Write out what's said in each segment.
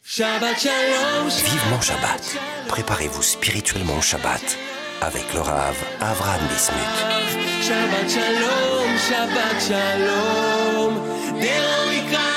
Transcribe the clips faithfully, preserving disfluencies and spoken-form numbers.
Shabbat Shalom. Vivement Shabbat. Préparez-vous spirituellement au Shabbat avec le Rav Avraham Bismuth. Shabbat Shalom, Shabbat Shalom. Déroïka,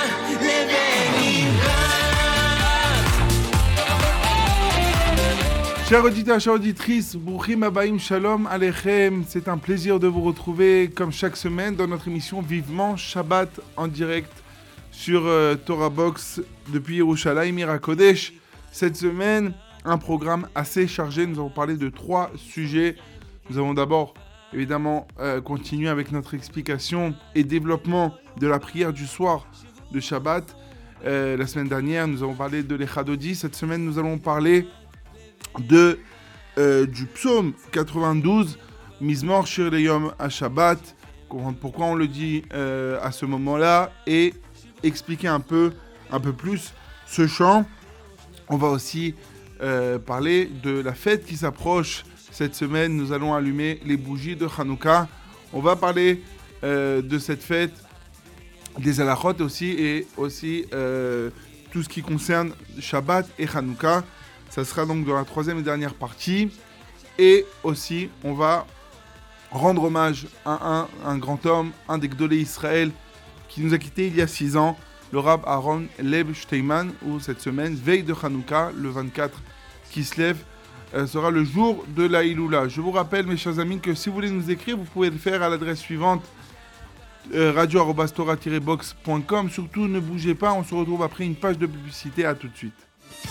Chers auditeurs, chères auditrices, Bruchim Abaim Shalom Aleichem. C'est un plaisir de vous retrouver comme chaque semaine dans notre émission Vivement Shabbat en direct sur euh, Torah Box depuis Yerushalayim Ira Kodesh. Cette semaine, un programme assez chargé. Nous allons parler de trois sujets. Nous allons d'abord, évidemment, euh, continuer avec notre explication et développement de la prière du soir de Shabbat. Euh, la semaine dernière, nous avons parlé de l'Echadodi. Cette semaine, nous allons parler de, euh, du psaume quatre-vingt-douze, Mizmor Shir Leyom HaShabbat. Pourquoi on le dit euh, à ce moment-là et expliquer un peu, un peu plus ce chant. On va aussi euh, parler de la fête qui s'approche cette semaine. Nous allons allumer les bougies de Hanouka. On va parler euh, de cette fête, des halachot aussi, et aussi euh, tout ce qui concerne Shabbat et Hanouka. Ça sera donc dans la troisième et dernière partie. Et aussi, on va rendre hommage à un, un grand homme, un des Gdolé Israël, qui nous a quittés il y a six ans, le Rav Aaron Leib Steinman, où cette semaine, veille de Hanouka, le vingt-quatre qui se lève, euh, sera le jour de la Iloula. Je vous rappelle, mes chers amis, que si vous voulez nous écrire, vous pouvez le faire à l'adresse suivante, euh, radio arobase torah tiret box point com. Surtout, ne bougez pas, on se retrouve après une page de publicité. À tout de suite.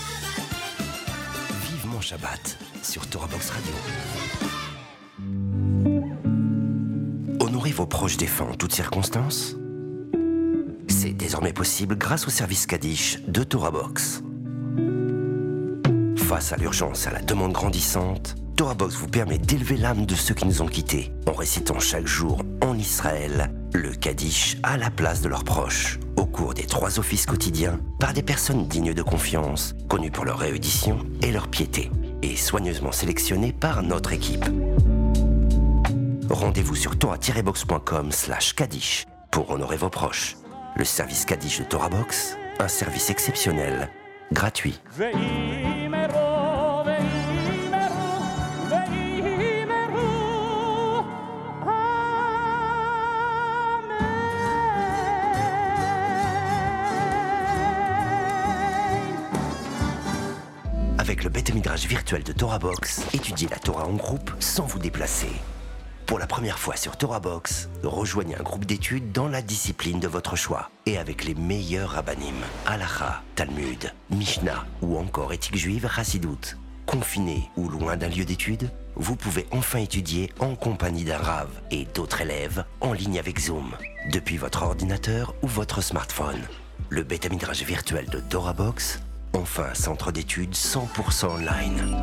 Vivement Shabbat sur Torah Box Radio. Honorez vos proches défunts en toutes circonstances. C'est désormais possible grâce au service Kaddish de Torah Box. Face à l'urgence et à la demande grandissante, Torah Box vous permet d'élever l'âme de ceux qui nous ont quittés en récitant chaque jour en Israël le Kaddish à la place de leurs proches, au cours des trois offices quotidiens, par des personnes dignes de confiance, connues pour leur érudition et leur piété, et soigneusement sélectionnées par notre équipe. Rendez-vous sur torah tiret box point com slash Kaddish pour honorer vos proches. Le service Kaddish de Torah Box, un service exceptionnel, gratuit. Avec le Beth Midrash virtuel de Torah Box, étudiez la Torah en groupe sans vous déplacer. Pour la première fois sur Torah Box, rejoignez un groupe d'études dans la discipline de votre choix et avec les meilleurs rabbanim, Halacha, Talmud, Mishnah ou encore éthique juive, Chassidut. Confiné ou loin d'un lieu d'études, vous pouvez enfin étudier en compagnie d'un Rav et d'autres élèves en ligne avec Zoom, depuis votre ordinateur ou votre smartphone. Le Beth Midrash virtuel de Torah Box, enfin un centre d'études cent pour cent online.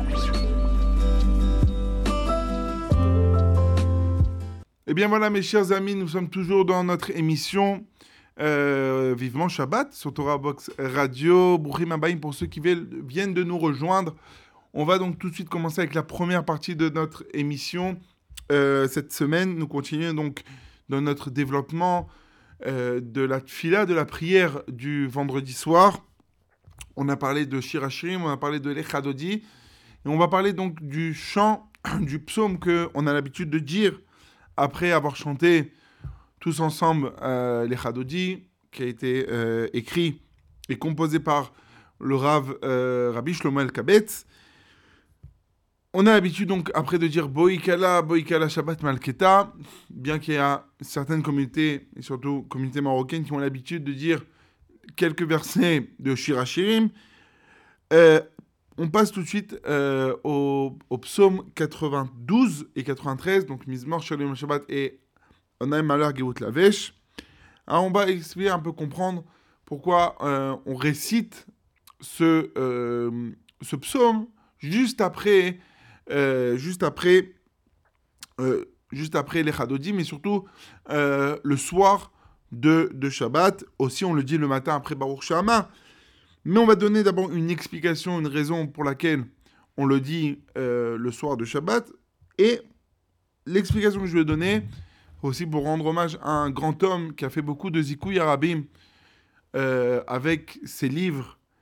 Eh bien voilà, mes chers amis, nous sommes toujours dans notre émission euh, Vivement Shabbat sur Torah Box Radio. Bruchim Abaim pour ceux qui viennent de nous rejoindre. On va donc tout de suite commencer avec la première partie de notre émission. Euh, cette semaine, nous continuons donc dans notre développement euh, de la tfila, de la prière du vendredi soir. On a parlé de Shir Hashirim, on a parlé de l'Echadodi. Et on va parler donc du chant, du psaume qu'on a l'habitude de dire après avoir chanté tous ensemble euh, l'Echadodi, qui a été euh, écrit et composé par le Rav euh, Rabbi Shlomo Elkabetz. On a l'habitude donc après de dire Boïkala, Boïkala Shabbat Malketa, bien qu'il y a certaines communautés, et surtout communautés marocaines, qui ont l'habitude de dire quelques versets de Shir Hashirim. Euh, on passe tout de suite euh, au, au psaume quatre-vingt-douze et quatre-vingt-treize, donc Mizmor Shir Leyom Shabbat et Onaim Malach Geut Lavesh. Alors on va expliquer un peu, comprendre pourquoi euh, on récite ce, euh, ce psaume juste après, euh, juste après, euh, juste après l'Echadodi, mais surtout euh, le soir de, de Shabbat. Aussi, on le dit le matin après Baruch Shama. Mais on va donner d'abord une explication, une raison pour laquelle on le dit euh, le soir de Shabbat. Et l'explication que je vais donner, aussi pour rendre hommage à un grand homme qui a fait beaucoup de Zikouy Arabim euh, avec ses livres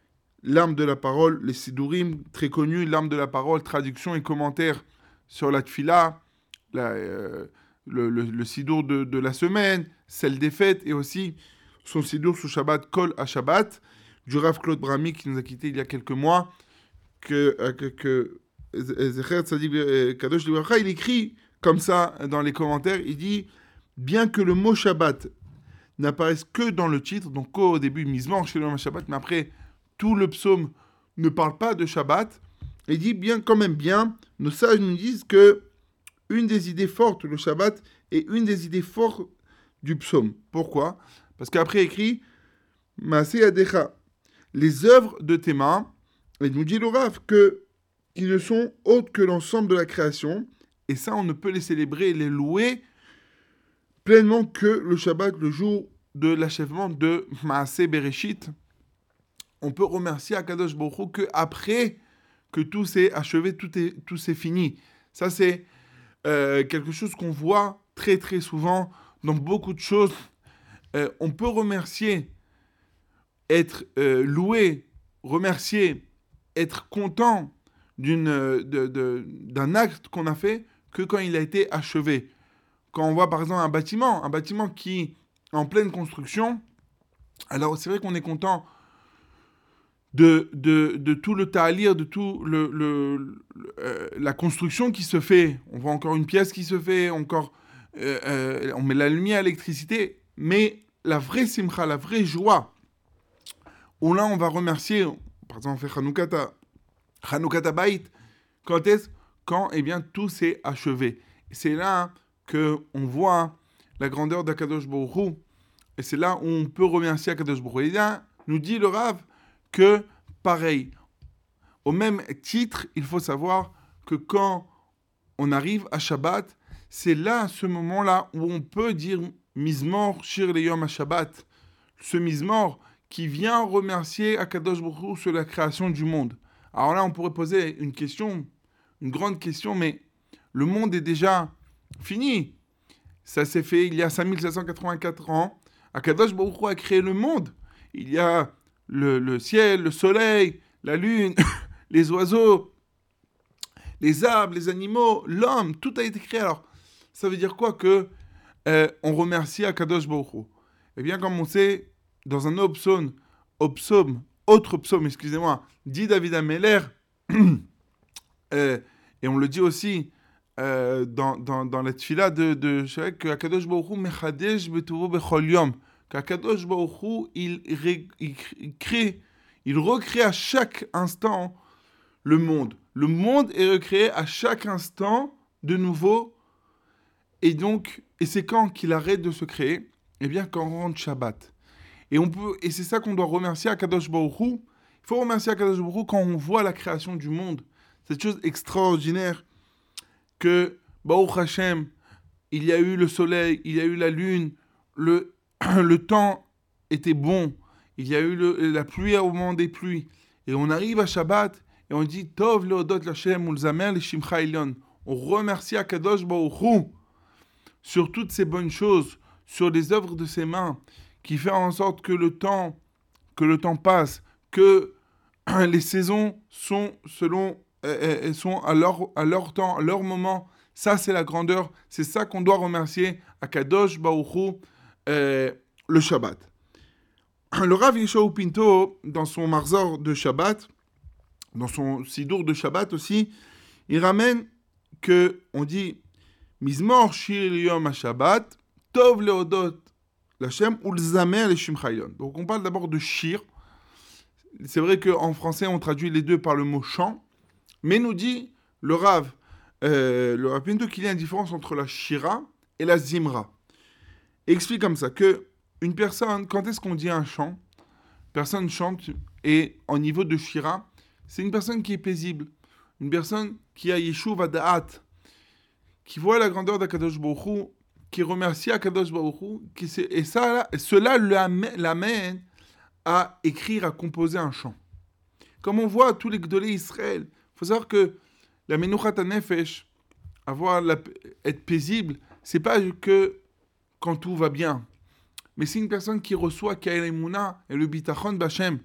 l'arme de la parole, les Sidurim, très connus, l'arme de la parole, traduction et commentaires sur la Tfila, la, euh, le, le, le Sidour de, de la semaine, celle des fêtes, et aussi son Sidour sous Shabbat, Kol à Shabbat, du Rav Claude Brami qui nous a quittés il y a quelques mois, que, que, que Zecher Tzadik Kadosh Libracha, il écrit comme ça dans les commentaires, il dit, bien que le mot Shabbat n'apparaisse que dans le titre, donc au début, Mizmor chez le Shabbat, mais après, tout le psaume ne parle pas de Shabbat, il dit bien, quand même bien, nos sages nous disent que une des idées fortes, le Shabbat, est une des idées fortes du psaume. Pourquoi ? Parce qu'après écrit, Maaseh Yadecha, les œuvres de tes mains, et nous dit le Rav que qui ne sont autres que l'ensemble de la création, et ça, on ne peut les célébrer et les louer pleinement que le Shabbat, le jour de l'achèvement de Maaseh Bereshit. On peut remercier Akadosh Baruch Hu que après que tout s'est achevé, tout est tout s'est fini. Ça, c'est euh, quelque chose qu'on voit très très souvent dans beaucoup de choses. Euh, on peut remercier, être euh, loué, remercier, être content d'une, de, de, d'un acte qu'on a fait que quand il a été achevé. Quand on voit par exemple un bâtiment, un bâtiment qui est en pleine construction, alors c'est vrai qu'on est content de, de, de tout le ta'alir, de tout le, le, le euh, la construction qui se fait. On voit encore une pièce qui se fait, encore euh, euh, on met la lumière, l'électricité, mais la vraie simcha, la vraie joie, où là on va remercier, par exemple on fait Hanouka Hanouka Bait, quand est-ce Quand eh bien, tout s'est achevé. C'est là qu'on voit la grandeur d'Akadosh Baruch Hu, et c'est là où on peut remercier Akadosh Baruch Hu. Et là, nous dit le Rav que, pareil, au même titre, il faut savoir que quand on arrive à Shabbat, c'est là, ce moment-là, où on peut dire Mizmor Shir Leyom à Shabbat, ce Mizmor qui vient remercier Akadosh Baruch Hu sur la création du monde. Alors là, on pourrait poser une question, une grande question, mais le monde est déjà fini. Ça s'est fait il y a cinq mille sept cent quatre-vingt-quatre ans. Akadosh Baruch Hu a créé le monde. Il y a le, le ciel, le soleil, la lune, les oiseaux, les arbres, les animaux, l'homme, tout a été créé. Alors, ça veut dire quoi que euh, on remercie Akadosh Baruch Hu? Eh bien, comme on sait, dans un autre psaume, autre psaume, autre psaume, excusez-moi, dit David Ameller, euh, et on le dit aussi euh, dans, dans, dans la tfila de, de Shrek, que Akadosh Baruch Hu mechadesh betuvo bechol yom, qu'Akadosh Baruch Hu, il, il, il crée, il recrée à chaque instant le monde. Le monde est recréé à chaque instant de nouveau, et donc, et c'est quand qu'il arrête de se créer? Eh bien, quand on rentre Shabbat. Et, on peut, et c'est ça qu'on doit remercier Akadosh Baruch Hu. Il faut remercier Akadosh Baruch Hu quand on voit la création du monde. Cette chose extraordinaire que, Baruch Hashem, il y a eu le soleil, il y a eu la lune, le, le temps était bon, il y a eu le, la pluie au moment des pluies. Et on arrive à Shabbat et on dit Tov leodot l'Hashem ulzamer l'shimcha elyon. On remercie Akadosh Baruch Hu sur toutes ces bonnes choses, sur les œuvres de ses mains, qui fait en sorte que le temps, que le temps passe, que les saisons sont selon, euh, sont à leur, à leur temps, à leur moment. Ça, c'est la grandeur. C'est ça qu'on doit remercier à Kadosh Baruch Hu, euh, le Shabbat. Le Rav Yeshua Pinto, dans son Marzor de Shabbat, dans son Sidour de Shabbat aussi, il ramène que on dit Mizmor Shir Yom HaShabbat, Tov Leodot L'Hashem ou l'Zamer les Shimchayon. Donc on parle d'abord de Shir. C'est vrai qu'en français on traduit les deux par le mot chant, mais nous dit le Rav, euh, le Rav Pinto qu'il y a une différence entre la Shira et la Zimra. Il explique comme ça que une personne, quand est-ce qu'on dit un chant? Personne chante et en niveau de Shira, c'est une personne qui est paisible, une personne qui a Yeshuv Ada'at, qui voit la grandeur d'Akadosh Baruch Hu, qui remercie Akadosh Baruch Hu, qui et ça, là, et cela l'amène à écrire, à composer un chant. Comme on voit tous les Gdolei Israël, il faut savoir que la Menuchat HaNefesh, avoir la, être paisible, c'est pas que quand tout va bien, mais c'est une personne qui reçoit Ka'el Emunah et le Bitachon B'Hashem,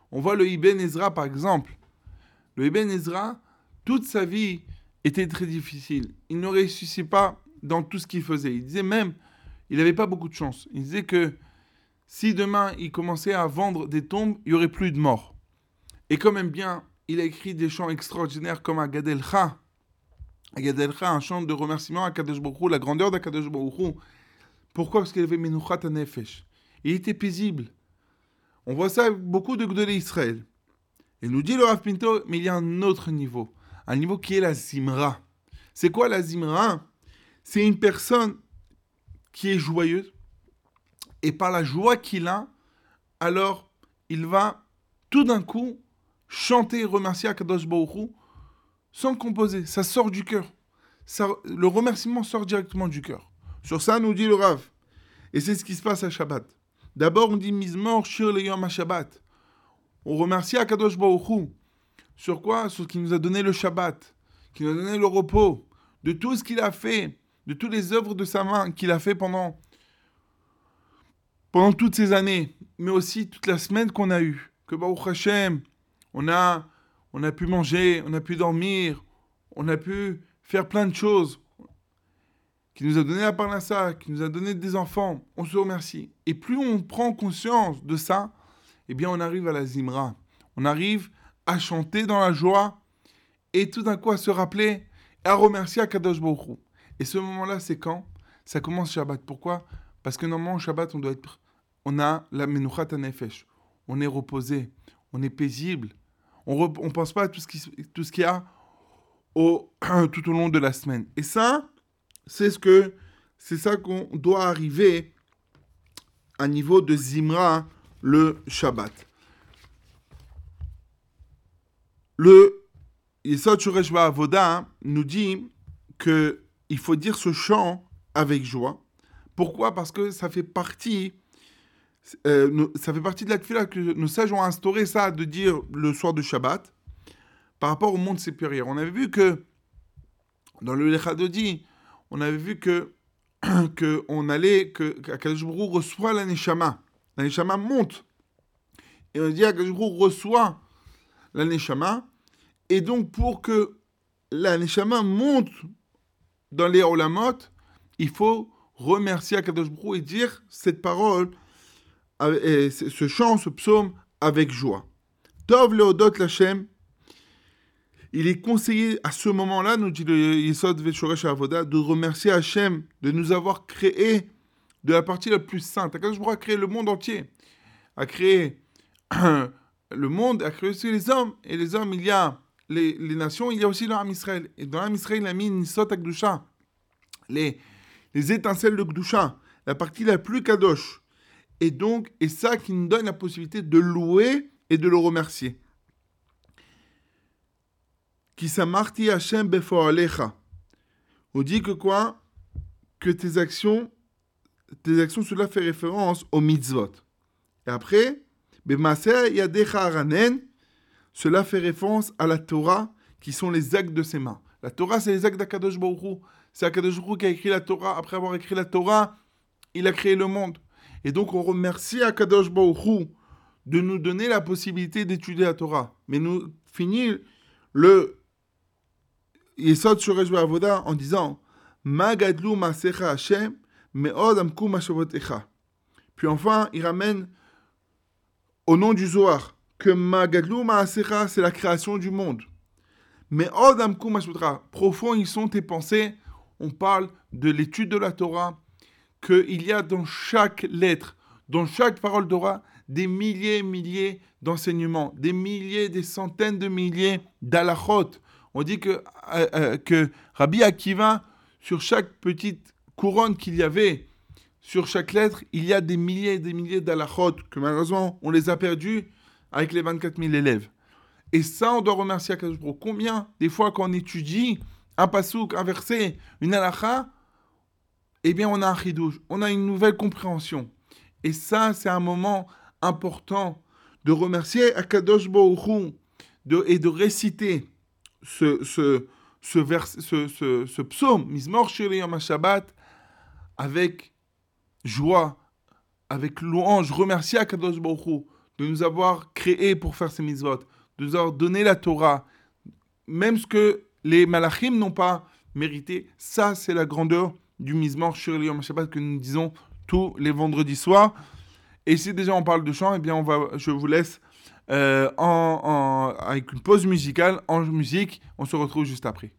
On voit le Ibn Ezra, par exemple. Le Ibn Ezra, toute sa vie était très difficile. Il ne réussissait pas dans tout ce qu'il faisait. Il disait même, il n'avait pas beaucoup de chance. Il disait que si demain il commençait à vendre des tombes, il n'y aurait plus de morts. Et quand même bien, il a écrit des chants extraordinaires comme Agad El-Kha. Agad El-Kha, un chant de remerciement à Kadosh Baruch Hu, la grandeur d'Akadosh Baruch Hu. Pourquoi? Parce qu'il avait Menuchat HaNefesh. Il était paisible. On voit ça avec beaucoup de Gdolei Israël. Et nous dit le Rav Pinto, mais il y a un autre niveau. Un niveau qui est la Zimra. C'est quoi la Zimra? C'est une personne qui est joyeuse. Et par la joie qu'il a, alors il va tout d'un coup chanter et remercier Akadosh Baruch Hu sans composer. Ça sort du cœur. Ça, le remerciement sort directement du cœur. Sur ça, nous dit le Rav. Et c'est ce qui se passe à Shabbat. D'abord, on dit Mizmor Shir le Yom HaShabbat. On remercie Akadosh Baruch Hu. Sur quoi? Sur ce qui nous a donné le Shabbat, qui nous a donné le repos, de tout ce qu'il a fait, de toutes les œuvres de sa main qu'il a fait pendant, pendant toutes ces années, mais aussi toute la semaine qu'on a eue. Que Baruch Hashem, on a, on a pu manger, on a pu dormir, on a pu faire plein de choses, qui nous a donné la parnassa, qui nous a donné des enfants. On se remercie. Et plus on prend conscience de ça, eh bien on arrive à la Zimra. On arrive à chanter dans la joie et tout d'un coup à se rappeler et à remercier Akadosh Baruch Hu. Et ce moment-là, c'est quand? Ça commence Shabbat. Pourquoi? Parce que normalement, au Shabbat, on doit être, on a la Menuchat HaNefesh. On est reposé, on est paisible. On ne pense pas à tout ce qui, tout ce qu'il y a au, tout au long de la semaine. Et ça, c'est ce que, c'est ça qu'on doit arriver à niveau de Zimra le Shabbat. Le Yesod Shoresh Avoda nous dit que il faut dire ce chant avec joie. Pourquoi? Parce que ça fait partie, euh, nous, ça fait partie de la tefila que nos sages ont instauré ça de dire le soir de Shabbat par rapport au monde supérieur. On avait vu que dans le Lechadodi, on avait vu que que on allait que qu'Akadosh Baruch Hu reçoit la Neshama. La Neshama monte et on dit qu'Akadosh Baruch Hu reçoit la Neshama, et donc pour que la Neshama monte dans les Olamot, il faut remercier Akadosh Baruch Hu et dire cette parole, et ce chant, ce psaume avec joie. Tov leodot l'Hashem, il est conseillé à ce moment-là, nous dit le Yesod Shoresh Avoda, de remercier Hachem de nous avoir créé de la partie la plus sainte. Akadosh Baruch Hu a créé le monde entier, a créé le monde, a créé aussi les hommes. Et les hommes, il y a les, les nations, il y a aussi l'Am Israël. Et dans l'Am Israël, il a mis Nisot HaKdusha, les, les étincelles de Kdusha, la partie la plus kadosh. Et donc, et ça qui nous donne la possibilité de louer et de le remercier. Ki samarti Hashem befoalecha. On dit que quoi? Que tes actions, tes actions, cela fait référence aux mitzvot. Et après, B'maaseh yadecha haranen, cela fait référence à la Torah, qui sont les actes de ses mains. La Torah, c'est les actes d'Akadosh Baruch Hu. C'est Akadosh Baruch Hu qui a écrit la Torah. Après avoir écrit la Torah, il a créé le monde. Et donc, on remercie Akadosh Baruch Hu de nous donner la possibilité d'étudier la Torah. Mais nous finir le Yesod Shoresh Avoda en disant Ma gadlu maasecha Hashem me'od amku mashavotecha. Puis enfin, il ramène au nom du Zohar que Ma gadlu maasecha, c'est la création du monde. Me'od amku mashavotecha, profond ils sont tes pensées. On parle de l'étude de la Torah, qu'il y a dans chaque lettre, dans chaque parole Torah, des milliers et milliers d'enseignements, des milliers, des centaines de milliers d'halachot. On dit que, euh, euh, que Rabbi Akiva, sur chaque petite couronne qu'il y avait, sur chaque lettre, il y a des milliers et des milliers d'halachot, que malheureusement, on les a perdus avec les vingt-quatre mille élèves. Et ça, on doit remercier Akadosh Baruch Hu. Combien, des fois, quand on étudie un pasouk, un verset, une halacha, eh bien, on a un chidouche, on a une nouvelle compréhension. Et ça, c'est un moment important de remercier Akadosh Baruch Hu de, et de réciter ce, ce, ce, vers, ce, ce, ce psaume, Mizmor Shir Yom HaShabbat, avec joie, avec louange, remercier Akadosh Baruch Hu de nous avoir créés pour faire ces mitzvot, de nous avoir donné la Torah, même ce que les malachim n'ont pas mérité. Ça, c'est la grandeur du Mizmor Shir Yom HaShabbat que nous disons tous les vendredis soirs. Et si déjà on parle de chant, eh bien on va, je vous laisse euh, en, en, avec une pause musicale en musique. On se retrouve juste après.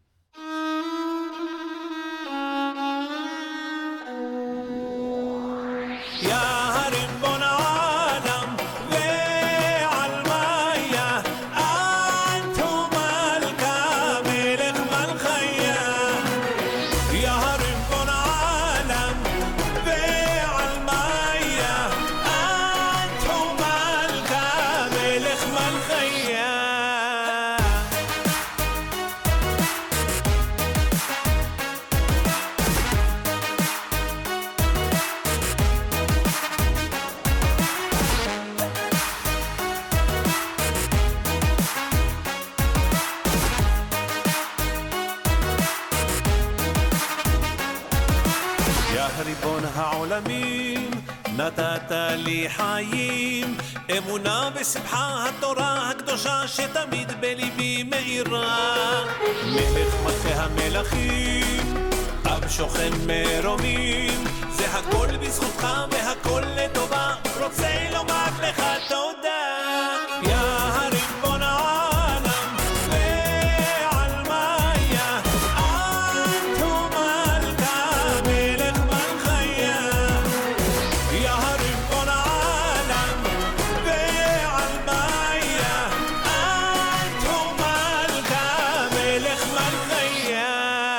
ריבון העולמים, נתת לי חיים, אמונה בשמחה התורה הקדושה שתמיד בליבי מאירה. מלך מלכי המלכים, אב שוכן מרומים, זה הכל בזכותך והכל לטובה, רוצה לומר לך תודה. יא ריבון העולם ועל מאיה, אנתו מלכה מלך מלכיה. יא ריבון העולם ועל מאיה, אנתו מלכה מלך מלכיה.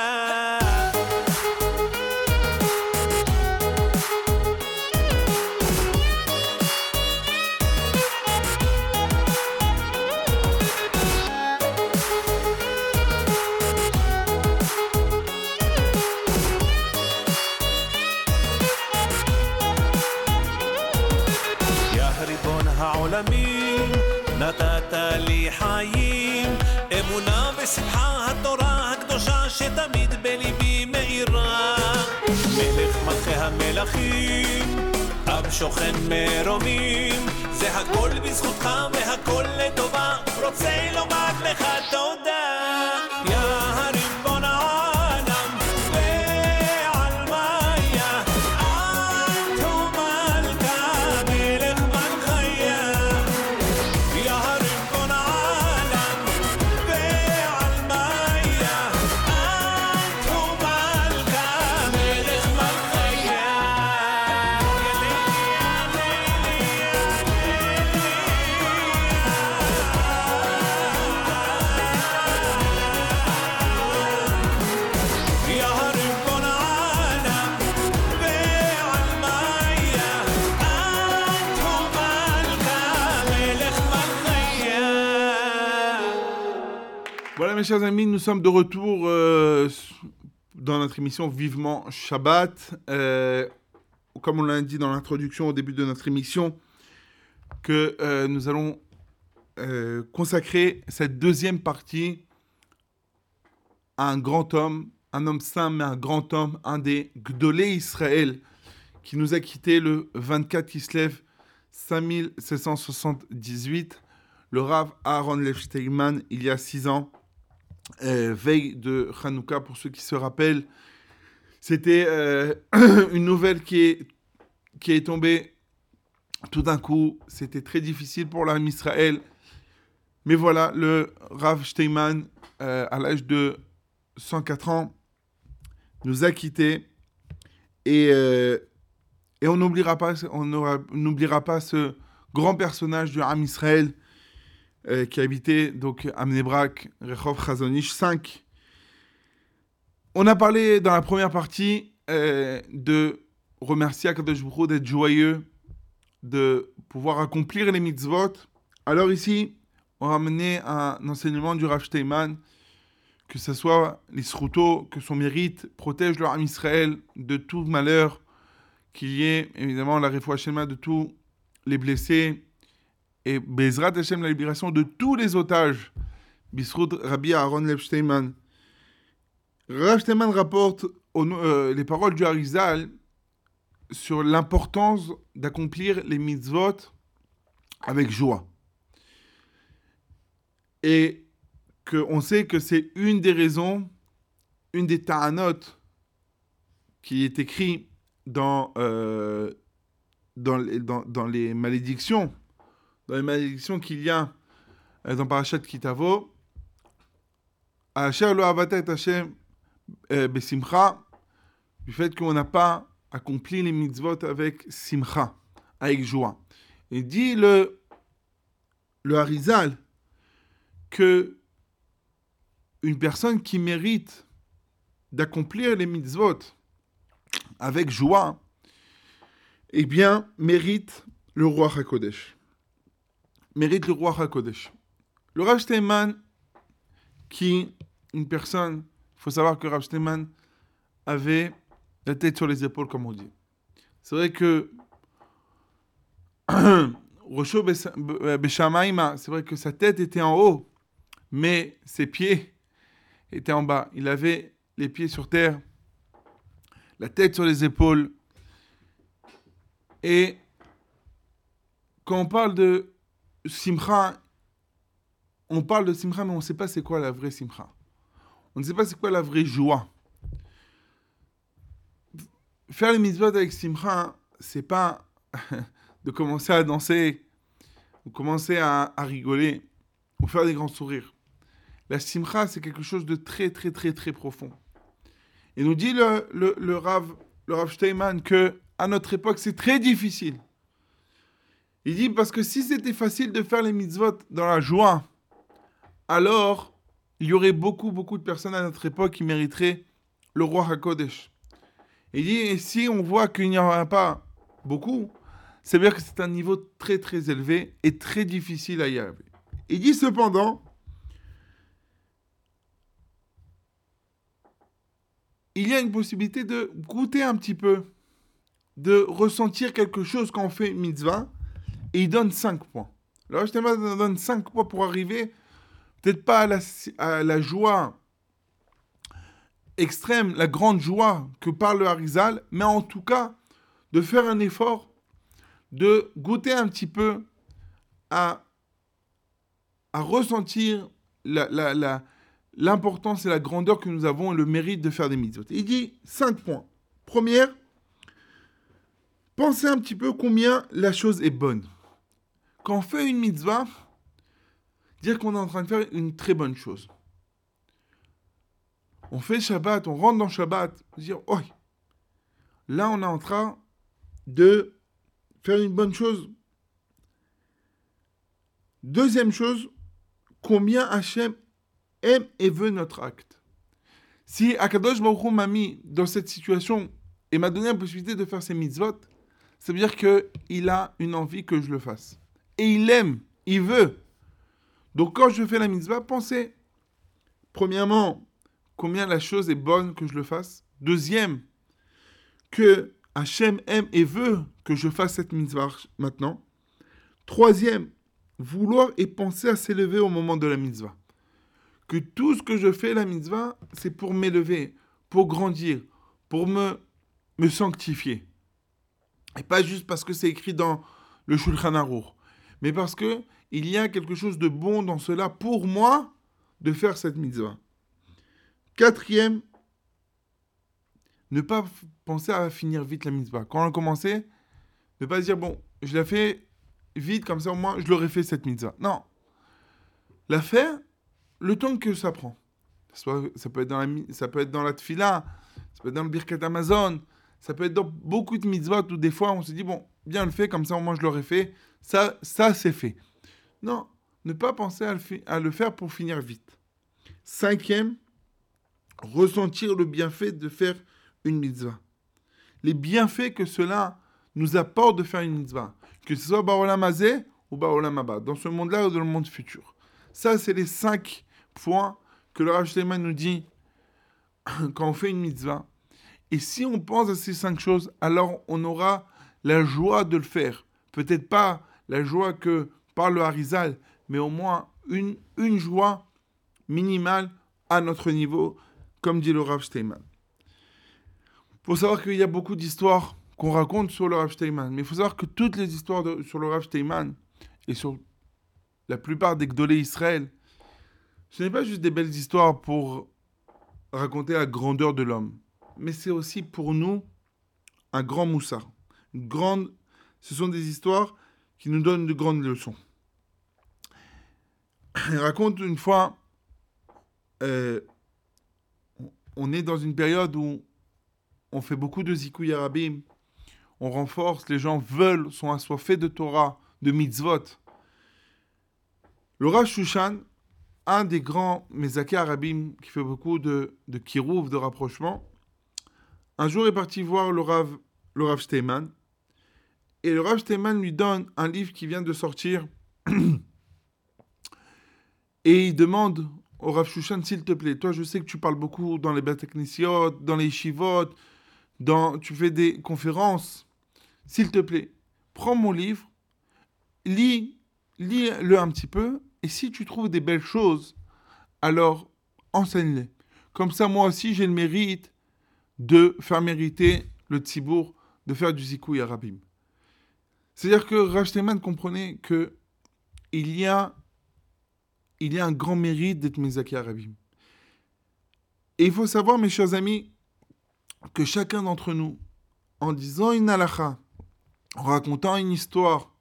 ריבון העולמים, נתת לי חיים, אמונה ושמחה התורה הקדושה שתמיד בליבי מאירה. מלך מלכי המלכים, אב שוכן מרומים, זה הכל בזכותך והכל לטובה, רוצה לומר לך תודה. יא ריבון העולם ועל מאיה, אנתו מלכה מלך מלכיה. יא ריבון העולם ועל מאיה, אנתו מלכה מלך מלכיה. יא ריבון העולם ועל מאיה, אנתו מלכה מלך מלכיה. Voilà mes chers amis, nous sommes de retour euh, dans notre émission Vivement Shabbat. Euh, comme on l'a dit dans l'introduction au début de notre émission, que euh, nous allons euh, consacrer cette deuxième partie à un grand homme, un homme saint mais un grand homme, un des Gdolé Israël, qui nous a quittés le vingt-quatre Kislev cinq mille sept cent soixante-dix-huit, le Rav Aaron Lev Steinman, il y a six ans, euh, veille de Hanouka, pour ceux qui se rappellent. C'était euh, une nouvelle qui est, qui est tombée tout d'un coup. C'était très difficile pour l'âme Israël. Mais voilà, le Rav Steinman, euh, à l'âge de cent quatre ans, nous a quittés. Et, euh, et on n'oubliera pas, on n'aura- n'oubliera pas ce grand personnage du Ham Israël euh, qui habitait donc à Bnei Brak, Rehov Chazonish cinq. On a parlé dans la première partie euh, de remercier Akadosh Baruch Hu d'être joyeux, de pouvoir accomplir les mitzvot. Alors ici, on va amener un enseignement du Rav Steinman, que ce soit l'Isruto, que son mérite protège le Ham Israël de tout malheur, qu'il y ait évidemment la Refoua Shelema de tous les blessés, et Bezrat Hashem, la libération de tous les otages. Bisrout Rabbi Aaron Lev Steinman. Rav Steinman rapporte au no- euh, les paroles du Harizal sur l'importance d'accomplir les mitzvot avec joie. Et qu'on sait que c'est une des raisons, une des ta'anot qui est écrit dans, euh, dans, les, dans, dans les malédictions, dans les malédictions qu'il y a euh, dans Parashat Kitavo, Asher lo avata et Hashem euh, besimcha, du fait qu'on n'a pas accompli les mitzvot avec simcha, avec joie. Et dit le, le Harizal que une personne qui mérite d'accomplir les mitzvot avec joie, eh bien, mérite le roi HaKodesh. Mérite le roi HaKodesh. Le Rav Steinman, qui, une personne, il faut savoir que Rav Steinman avait la tête sur les épaules, comme on dit. C'est vrai que Rosho Beshamaïma, c'est vrai que sa tête était en haut, mais ses pieds étaient en bas. Il avait les pieds sur terre, la tête sur les épaules. Et quand on parle de Simcha, on parle de Simcha, mais on ne sait pas c'est quoi la vraie Simcha. On ne sait pas c'est quoi la vraie joie. Faire les mitzvot avec Simcha, c'est pas de commencer à danser, ou commencer à, à rigoler, ou faire des grands sourires. La Simcha, c'est quelque chose de très, très, très, très profond. Et nous dit le, le, le Rav, le Rav Steinman que à notre époque, c'est très difficile. Il dit parce que si c'était facile de faire les mitzvot dans la joie, alors il y aurait beaucoup, beaucoup de personnes à notre époque qui mériteraient le roi HaKodesh. Il dit, et si on voit qu'il n'y en a pas beaucoup, c'est bien que c'est un niveau très, très élevé et très difficile à y arriver. Il dit cependant, il y a une possibilité de goûter un petit peu, de ressentir quelque chose quand on fait une mitzvah, et il donne cinq points. Alors, je te donne cinq points pour arriver, peut-être pas à la, à la joie extrême, la grande joie que parle le Harizal, mais en tout cas, de faire un effort, de goûter un petit peu à, à ressentir la, la, la, l'importance et la grandeur que nous avons et le mérite de faire des mitzvot. Il dit cinq points. Première, pensez un petit peu combien la chose est bonne. Quand on fait une mitzvah, dire qu'on est en train de faire une très bonne chose. On fait Shabbat, on rentre dans Shabbat, dire, oh, là on est en train de faire une bonne chose. Deuxième chose, combien Hachem aime et veut notre acte. Si Akadosh Baruch Hu m'a mis dans cette situation et m'a donné la possibilité de faire ces mitzvot, ça veut dire qu'il a une envie que je le fasse. Et il aime, il veut. Donc quand je fais la mitzvah, pensez, premièrement, combien la chose est bonne que je le fasse. Deuxième, que Hachem aime et veut que je fasse cette mitzvah maintenant. Troisième, vouloir et penser à s'élever au moment de la mitzvah. Que tout ce que je fais, la mitzvah, c'est pour m'élever, pour grandir, pour me, me sanctifier. Et pas juste parce que c'est écrit dans le Shulchan Aruch, mais parce qu'il y a quelque chose de bon dans cela pour moi de faire cette mitzvah. Quatrième, ne pas f- penser à finir vite la mitzvah. Quand on a commencé, ne pas se dire, bon, je la fais vite, comme ça au moins je l'aurais fait cette mitzvah. Non. La faire le temps que ça prend. Soit, ça, peut être dans la, ça peut être dans la tfila, ça peut être dans le Birkat Amazon, ça peut être dans beaucoup de mitzvot où des fois on se dit, bon, bien le fait, comme ça au moins je l'aurais fait. Ça, ça c'est fait. Non, ne pas penser à le, fi- à le faire pour finir vite. Cinquième, ressentir le bienfait de faire une mitzvah. Les bienfaits que cela nous apporte de faire une mitzvah. Que ce soit Ba'olam Hazeh ou Ba'olam Haba, dans ce monde-là ou dans le monde futur. Ça, c'est les cinq points que le Rav Steinman nous dit quand on fait une mitzvah. Et si on pense à ces cinq choses, alors on aura la joie de le faire. Peut-être pas la joie que parle le Harizal, mais au moins une, une joie minimale à notre niveau, comme dit le Rav Steinman. Il faut savoir qu'il y a beaucoup d'histoires qu'on raconte sur le Rav Steinman, mais il faut savoir que toutes les histoires de, sur le Rav Steinman, et sur la plupart des Gdolé Israël, ce n'est pas juste des belles histoires pour raconter la grandeur de l'homme, mais c'est aussi pour nous un grand moussard. Une grande... Ce sont des histoires qui nous donnent de grandes leçons. Il raconte une fois, euh, on est dans une période où on fait beaucoup de zikouy arabim, on renforce, les gens veulent, sont assoiffés de Torah, de mitzvot. Le Rav Shushan, un des grands Mezakei Arabim qui fait beaucoup de, de kirouv, de rapprochement, un jour est parti voir le Rav, le Rav Steinman, et le Rav Steinman lui donne un livre qui vient de sortir, et il demande au Rav Shushan, s'il te plaît, toi je sais que tu parles beaucoup dans les Beit Knesset, dans les Yeshivot, dans, tu fais des conférences, s'il te plaît, prends mon livre, lis, lis-le un petit peu, et si tu trouves des belles choses, alors enseigne-les. Comme ça, moi aussi, j'ai le mérite de faire mériter le tzibour, de faire du zikouy arabim. C'est-à-dire que Rav Steinman comprenait que il y a, il y a un grand mérite d'être Mezakei Arabim. Et il faut savoir, mes chers amis, que chacun d'entre nous, en disant une halakha, en racontant une histoire,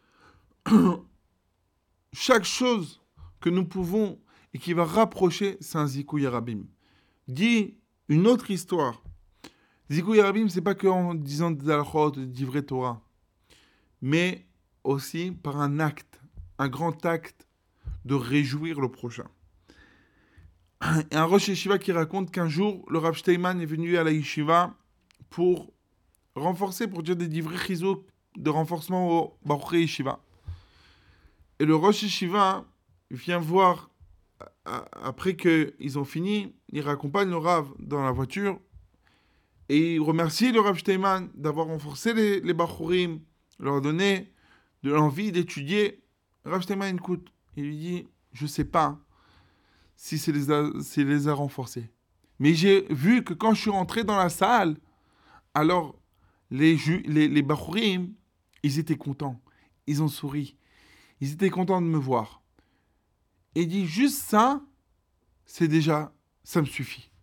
chaque chose que nous pouvons et qui va rapprocher, c'est un zikouy arabim. Dis une autre histoire. Zikouy arabim, c'est pas qu'en disant des halakhot, des divrei Torah, mais aussi par un acte, un grand acte de réjouir le prochain. Et un Rosh Yeshiva qui raconte qu'un jour, le Rav Steinman est venu à la Yeshiva pour renforcer, pour dire des divrei chizouk, de renforcement au Baruch Yeshiva. Et le Rosh Yeshiva vient voir, après qu'ils ont fini, il raccompagne le Rav dans la voiture et il remercie le Rav Steinman d'avoir renforcé les, les Bachurim, leur donner de l'envie d'étudier. Le Rav Steinman écoute, il lui dit, je ne sais pas si c'est les, a, si les a renforcés, mais j'ai vu que quand je suis rentré dans la salle, alors les, les, les Bachurim, ils étaient contents, ils ont souri. Ils étaient contents de me voir. Et il dit, juste ça, c'est déjà, ça me suffit.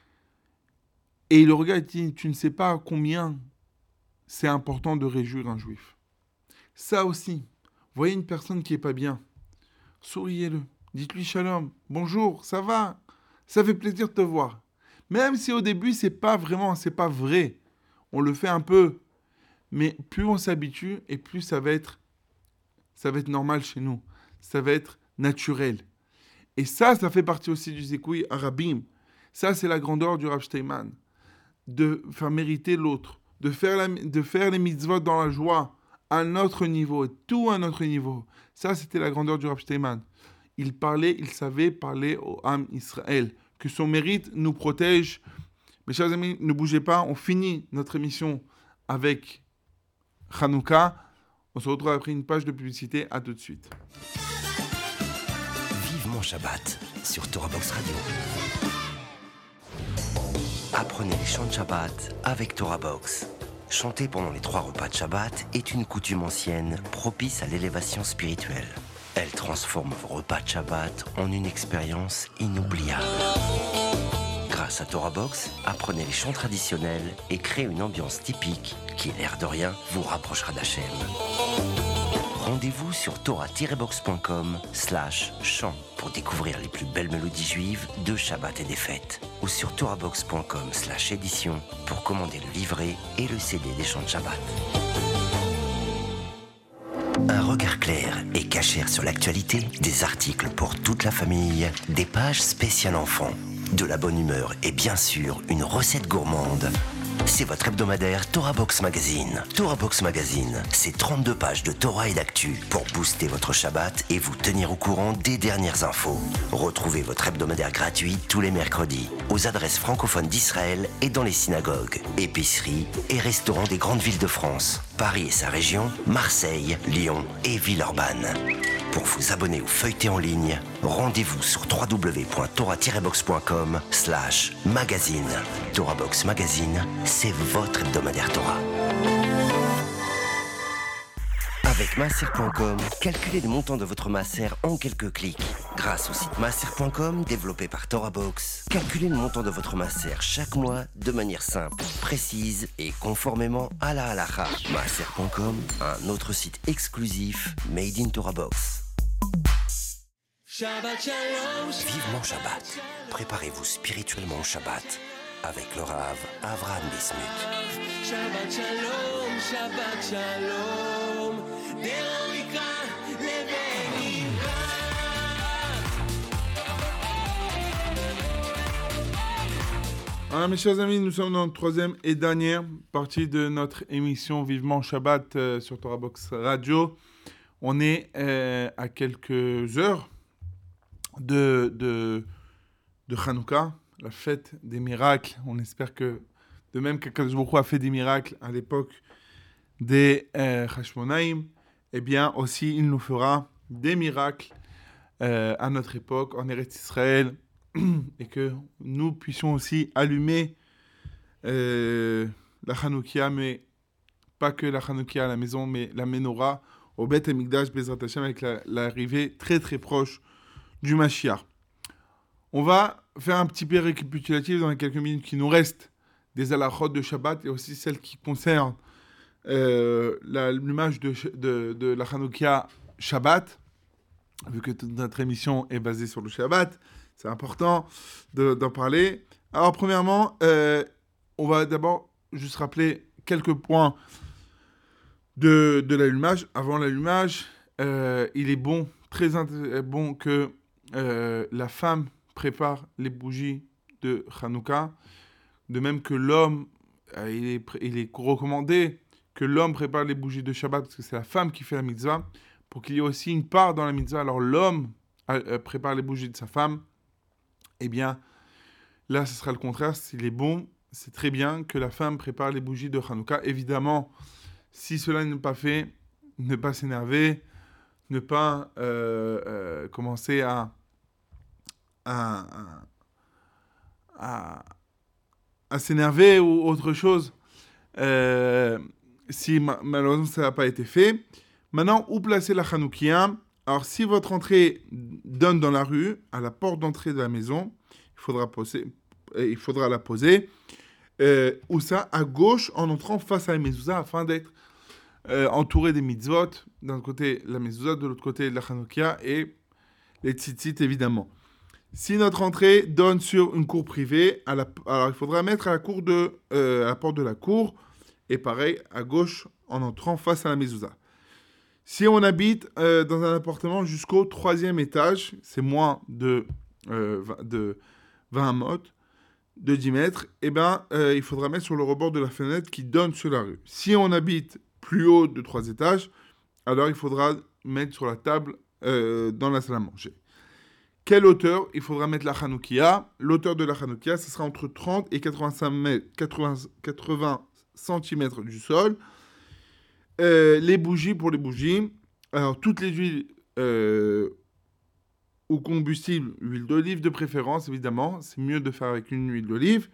Et le regard dit, tu ne sais pas combien c'est important de réjouir un juif. Ça aussi, voyez une personne qui n'est pas bien, souriez-le, dites-lui shalom, bonjour, ça va, ça fait plaisir de te voir. Même si au début, c'est pas vraiment, c'est pas vrai, on le fait un peu, mais plus on s'habitue et plus ça va être ça va être normal chez nous. Ça va être naturel. Et ça, ça fait partie aussi du zikouy arabim. Ça, c'est la grandeur du Rav Steinman. De faire mériter l'autre. De faire, la, de faire les mitzvot dans la joie. À un autre niveau. Et tout à un autre niveau. Ça, c'était la grandeur du Rav Steinman. Il parlait, il savait parler au Am Israël. Que son mérite nous protège. Mes chers amis, ne bougez pas. On finit notre émission avec Hanouka. On se retrouve après une page de publicité. À tout de suite. Vivement Shabbat sur Torah Box Radio. Apprenez les chants de Shabbat avec Torah Box. Chanter pendant les trois repas de Shabbat est une coutume ancienne propice à l'élévation spirituelle. Elle transforme vos repas de Shabbat en une expérience inoubliable. Grâce à Torah Box, apprenez les chants traditionnels et créez une ambiance typique qui, l'air de rien, vous rapprochera d'Hachem. Rendez-vous sur torah tiret box point com slash chant pour découvrir les plus belles mélodies juives de Shabbat et des fêtes. Ou sur torah box point com slash édition pour commander le livret et le C D des chants de Shabbat. Un regard clair et cachère sur l'actualité, des articles pour toute la famille, des pages spéciales enfants, de la bonne humeur et bien sûr une recette gourmande. C'est votre hebdomadaire Torah Box Magazine. Torah Box Magazine, c'est trente-deux pages de Torah et d'actu pour booster votre Shabbat et vous tenir au courant des dernières infos. Retrouvez votre hebdomadaire gratuit tous les mercredis aux adresses francophones d'Israël et dans les synagogues, épiceries et restaurants des grandes villes de France, Paris et sa région, Marseille, Lyon et Villeurbanne. Pour vous abonner ou feuilleter en ligne, rendez-vous sur w w w point torah tiret box point com slash magazine. Torah Box Magazine, c'est votre hebdomadaire Torah. Avec Maaser point com, calculez le montant de votre Maaser en quelques clics. Grâce au site Maaser point com, développé par TorahBox, calculez le montant de votre Maaser chaque mois de manière simple, précise et conformément à la halakha. Maaser point com, un autre site exclusif made in TorahBox. Shabbat Shalom. Vivement Shabbat. Préparez-vous spirituellement au Shabbat avec le Rav Avraham Bismuth. Shabbat Shalom, Shabbat Shalom. Deromika Levenira. Voilà, mes chers amis, nous sommes dans la troisième et dernière partie de notre émission Vivement Shabbat euh, sur TorahBox Radio. On est euh, à quelques heures de, de, de Hanouka, la fête des miracles. On espère que, de même qu'Akadosh Baruch Hu a fait des miracles à l'époque des euh, Hashmonaïm, eh bien aussi il nous fera des miracles euh, à notre époque, en Eretz Israël, et que nous puissions aussi allumer euh, la Hanoukia, mais pas que la Hanoukia à la maison, mais la Menorah au Beth Amikdash Bezrat Hashem, avec la, l'arrivée très très proche du Mashiach. On va faire un petit peu récapitulatif dans les quelques minutes qui nous restent des halachot de Shabbat et aussi celles qui concernent euh, la, l'image de, de, de la Hanoukia Shabbat, vu que toute notre émission est basée sur le Shabbat. C'est important de, d'en parler. Alors, premièrement, euh, on va d'abord juste rappeler quelques points de, de l'allumage. Avant l'allumage, euh, il est bon, très int- bon que euh, la femme prépare les bougies de Hanouka. De même que l'homme, euh, il, est, il est recommandé que l'homme prépare les bougies de Shabbat, parce que c'est la femme qui fait la mitzvah, pour qu'il y ait aussi une part dans la mitzvah. Alors, l'homme euh, prépare les bougies de sa femme. Eh bien, là, ce sera le contraire. S'il est bon, c'est très bien que la femme prépare les bougies de Hanouka. Évidemment, si cela n'est pas fait, ne pas s'énerver, ne pas euh, euh, commencer à, à, à, à s'énerver ou autre chose, euh, si ma- malheureusement ça n'a pas été fait. Maintenant, où placer la Hanoukia ? Alors, si votre entrée donne dans la rue, à la porte d'entrée de la maison, il faudra, poser, euh, il faudra la poser. Euh, ou ça, à gauche, en entrant face à la mezouza, afin d'être euh, entouré des mitzvot. D'un côté, la mezouza, de l'autre côté, la Hanoukia et les tzitzit, évidemment. Si notre entrée donne sur une cour privée, à la, alors il faudra mettre à la, cour de, euh, à la porte de la cour, et pareil, à gauche, en entrant face à la mezouza. Si on habite euh, dans un appartement jusqu'au troisième étage, c'est moins de, euh, de vingt mètres, de dix mètres, eh ben, euh, il faudra mettre sur le rebord de la fenêtre qui donne sur la rue. Si on habite plus haut de trois étages, alors il faudra mettre sur la table euh, dans la salle à manger. Quelle hauteur il faudra mettre la Hanoukia ? L'hauteur de la Hanoukia, ce sera entre trente et quatre-vingt-cinq mètres, quatre-vingts, quatre-vingts centimètres du sol. Euh, les bougies pour les bougies, alors toutes les huiles euh, ou combustibles, huile d'olive de préférence évidemment, c'est mieux de faire avec une huile d'olive.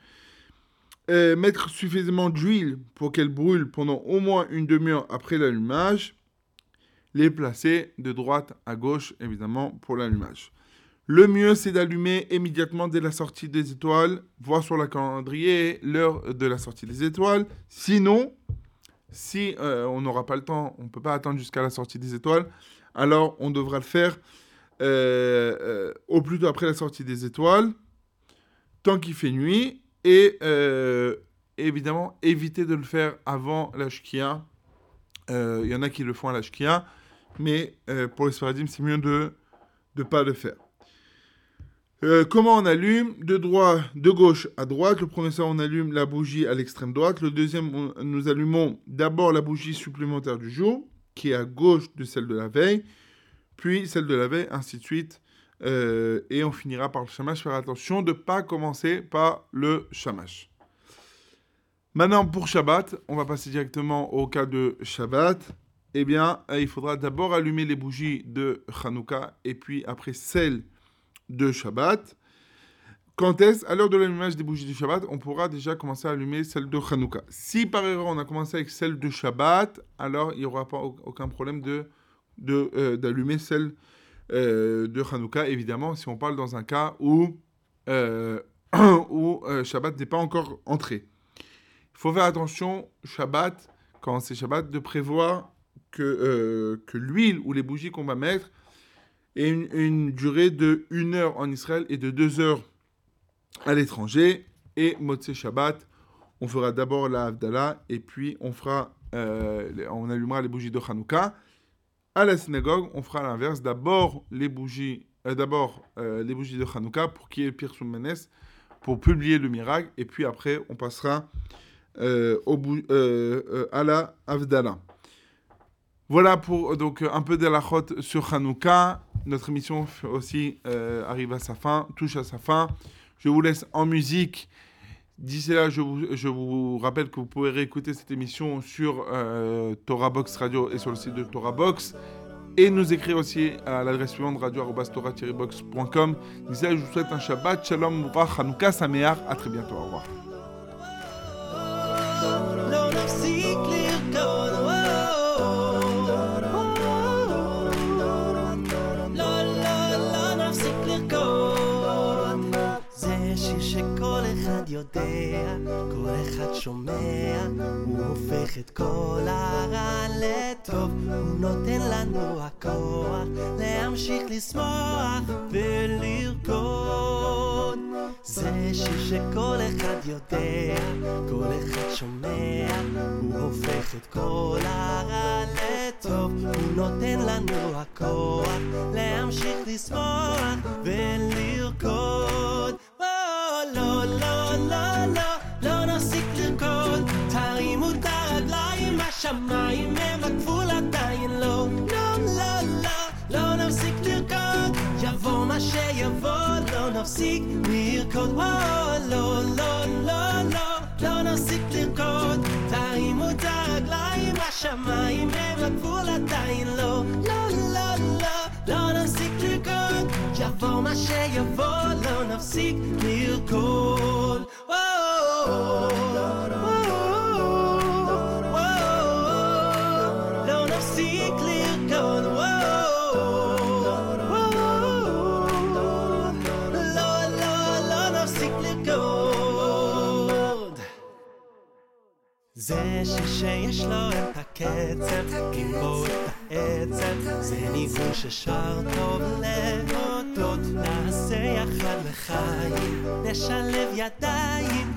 Euh, mettre suffisamment d'huile pour qu'elle brûle pendant au moins une demi-heure après l'allumage. Les placer de droite à gauche évidemment pour l'allumage. Le mieux c'est d'allumer immédiatement dès la sortie des étoiles, voir sur la calendrier l'heure de la sortie des étoiles. Sinon, Si euh, on n'aura pas le temps, on ne peut pas attendre jusqu'à la sortie des étoiles, alors on devra le faire euh, euh, au plus tôt après la sortie des étoiles, tant qu'il fait nuit, et euh, évidemment éviter de le faire avant la shkia. Il euh, y en a qui le font à la shkia, mais euh, pour les Sfaradim, c'est mieux de ne pas le faire. Euh, comment on allume ? De droite, de gauche à droite. Le premier soir, on allume la bougie à l'extrême droite. Le deuxième, on, nous allumons d'abord la bougie supplémentaire du jour, qui est à gauche de celle de la veille, puis celle de la veille, ainsi de suite. Euh, et on finira par le shamash. Faire attention de ne pas commencer par le shamash. Maintenant, pour Shabbat, on va passer directement au cas de Shabbat. Eh bien, il faudra d'abord allumer les bougies de Hanouka, et puis après celles de Shabbat. quand est-ce, à l'heure de l'allumage des bougies du Shabbat, on pourra déjà commencer à allumer celle de Hanouka. Si par erreur on a commencé avec celle de Shabbat, alors il n'y aura pas aucun problème de, de, euh, d'allumer celle euh, de Hanouka, évidemment, si on parle dans un cas où, euh, où euh, Shabbat n'est pas encore entré. Il faut faire attention, Shabbat, quand c'est Shabbat, de prévoir que, euh, que l'huile ou les bougies qu'on va mettre ait une, une durée de une heure en Israël et de deux heures à l'étranger. Et Motzei Shabbat, on fera d'abord la Havdalah et puis on, fera, euh, on allumera les bougies de Hanouka. À la synagogue, on fera l'inverse. D'abord les bougies, euh, d'abord, euh, les bougies de Hanouka pour qu'il y ait Pirsum Menes, pour publier le miracle. Et puis après, on passera euh, au bou- euh, euh, à la Havdalah. Voilà pour donc un peu d'halachot sur Hanouka. Notre émission aussi euh, arrive à sa fin, touche à sa fin. Je vous laisse en musique. D'ici là, je vous, je vous rappelle que vous pouvez réécouter cette émission sur euh, Torah Box Radio et sur le site de Torah Box. Et nous écrire aussi à l'adresse suivante radio arobase torah tiret box point com. D'ici là, je vous souhaite un Shabbat, Shalom, Mourach, Hanouka, Sameach. À très bientôt. Au revoir. שכל אחד יודע, כל אחד שומע, הוא הופך את כל הרע לטוב, הוא נותן לנו הכוח להמשיך לשמוח ולרקוד. זה שיר שכל אחד יודע, כל אחד שומע, הוא הופך את כל הרע לטוב, הוא נותן לנו הכוח להמשיך לשמוח ולרקוד. לא, לא, לא, לא, לא נפסיק לרקוד, תרימו את הרגליים, השמיים הם הגבול עדיין לא. לא, לא, לא, לא נפסיק לרקוד, יבוא מה שיבוא, לא נפסיק לרקוד. לא, לא, לא, לא, לא נפסיק לרקוד, תרימו את הרגליים, השמיים הם הגבול עדיין לא. לא, לא, לא, לא נפסיק לרקוד, יבוא מה שיבוא, לא נפסיק לרקוד. לא נפסיק לרקוד. לא, לא, לא נפסיק לרקוד. זה שיש לו את הקצב, עם בו את העצב, זה ניגון ששר טוב להודות. נעשה יחד לחיים, נשלב ידיים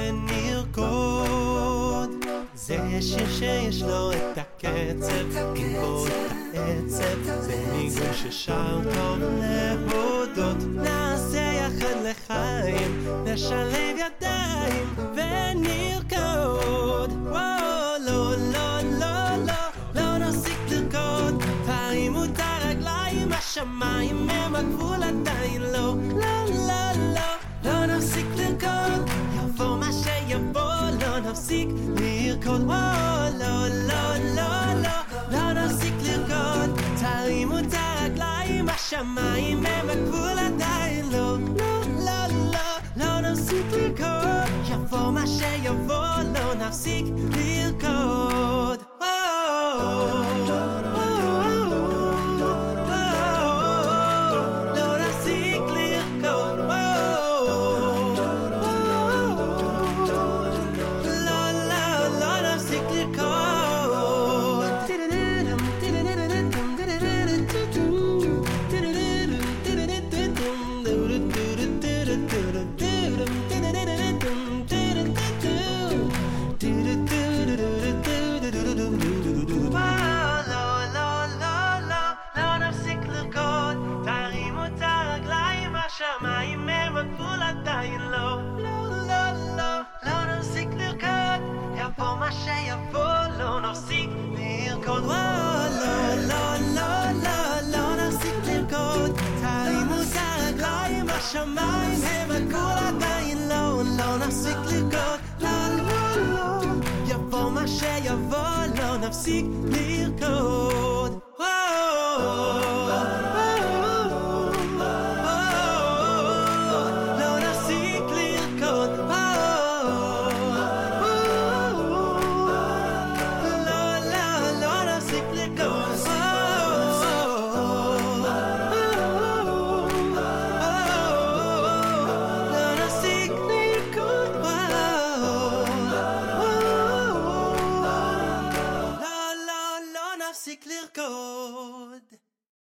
ונרקוד. זה שיר שיש לו את הקצב, עם בו את העצב, זה ניגון ששר טוב להודות. נעשה יחד לחיים, נשלב ידיים ונרקוד. לא, לא, לא, לא, לא נפסיק לרקוד, תרימו את הרגליים, השמיים הם הגבול עדיין לא. לא, לא, לא, לא נפסיק לרקוד, יבוא מה שיבוא, לא נפסיק לרקוד. לא, לא, לא, לא, לא נפסיק לרקוד, תרימו את הרגליים, השמיים הם הגבול עדיין לא. לא, לא, לא, לא נפסיק לרקוד, יבוא מה שיבוא, לא נפסיק לרקוד. השמיים הם הגבול עדיין לא, לא נפסיק לרקוד. לא, לא, לא, יבוא מה שיבוא, לא נפסיק לרקוד. לא נפסיק להפסיק לרקוד.